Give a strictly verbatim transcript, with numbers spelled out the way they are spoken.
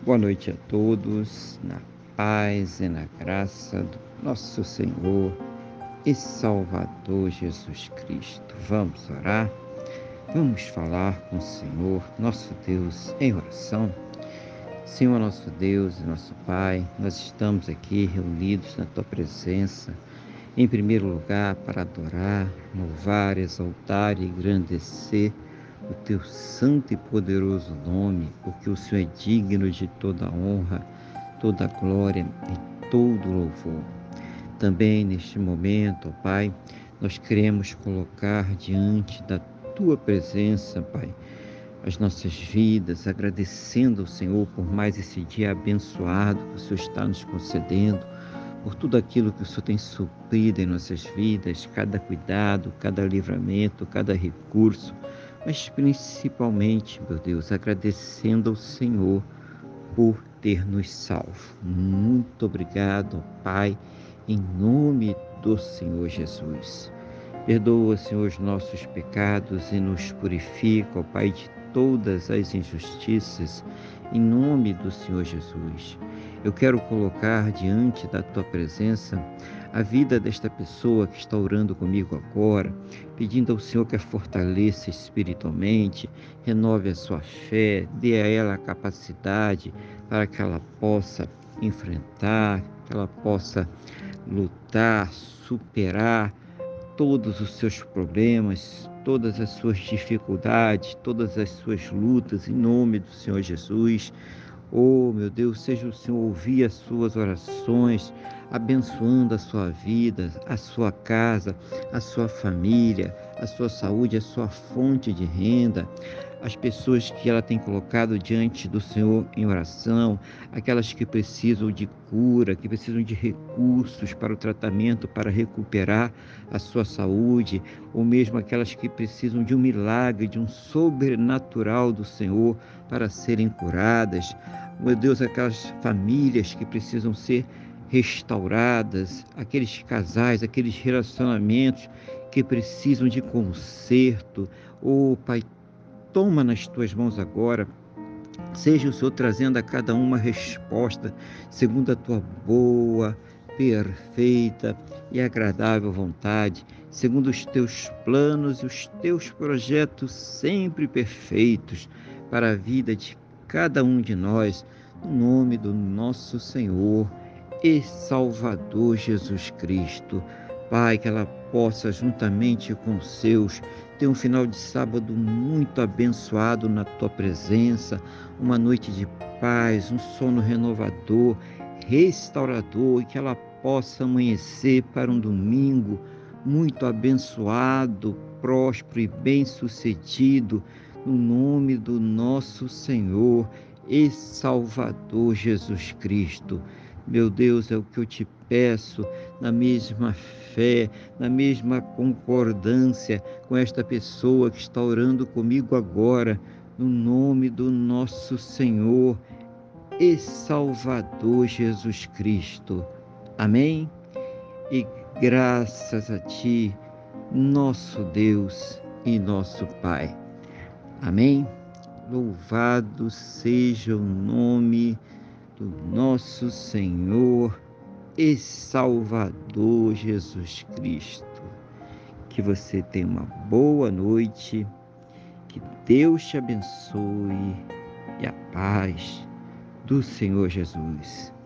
Boa noite a todos, na paz e na graça do nosso Senhor e Salvador Jesus Cristo. Vamos orar, vamos falar com o Senhor, nosso Deus, em oração. Senhor, nosso Deus e nosso Pai, nós estamos aqui reunidos na Tua presença, em primeiro lugar, para adorar, louvar, exaltar e engrandecer o Teu santo e poderoso nome, porque o Senhor é digno de toda honra, toda glória e todo louvor. Também neste momento, ó Pai, nós queremos colocar diante da Tua presença, Pai, as nossas vidas, agradecendo ao Senhor por mais esse dia abençoado que o Senhor está nos concedendo, por tudo aquilo que o Senhor tem suprido em nossas vidas, cada cuidado, cada livramento, cada recurso, mas principalmente, meu Deus, agradecendo ao Senhor por ter nos salvo. Muito obrigado, Pai, em nome do Senhor Jesus. Perdoa, Senhor, os nossos pecados e nos purifica, ó Pai, de todas as injustiças, em nome do Senhor Jesus. Eu quero colocar diante da Tua presença a vida desta pessoa que está orando comigo agora, pedindo ao Senhor que a fortaleça espiritualmente, renove a sua fé, dê a ela a capacidade para que ela possa enfrentar, que ela possa lutar, superar todos os seus problemas, todas as suas dificuldades, todas as suas lutas, em nome do Senhor Jesus. Oh, meu Deus, seja o Senhor ouvir as suas orações, abençoando a sua vida, a sua casa, a sua família, a sua saúde, a sua fonte de renda, as pessoas que ela tem colocado diante do Senhor em oração, aquelas que precisam de cura, que precisam de recursos para o tratamento, para recuperar a sua saúde, ou mesmo aquelas que precisam de um milagre, de um sobrenatural do Senhor para serem curadas. Meu Deus, aquelas famílias que precisam ser restauradas, aqueles casais, aqueles relacionamentos que precisam de conserto. Oh, Pai, toma nas tuas mãos agora. Seja o Senhor trazendo a cada uma resposta segundo a tua boa, perfeita e agradável vontade, segundo os teus planos e os teus projetos sempre perfeitos para a vida de cada um de nós, no nome do nosso Senhor e Salvador Jesus Cristo. Pai, que ela possa, juntamente com os seus, ter um final de sábado muito abençoado na Tua presença, uma noite de paz, um sono renovador, restaurador, e que ela possa amanhecer para um domingo muito abençoado, próspero e bem-sucedido, no nome do nosso Senhor e Salvador Jesus Cristo. Meu Deus, é o que eu te peço, na mesma fé, na mesma concordância com esta pessoa que está orando comigo agora, no nome do nosso Senhor e Salvador Jesus Cristo. Amém? E graças a Ti, nosso Deus e nosso Pai. Amém? Louvado seja o nome do nosso Senhor e Salvador Jesus Cristo. Que você tenha uma boa noite, que Deus te abençoe e a paz do Senhor Jesus.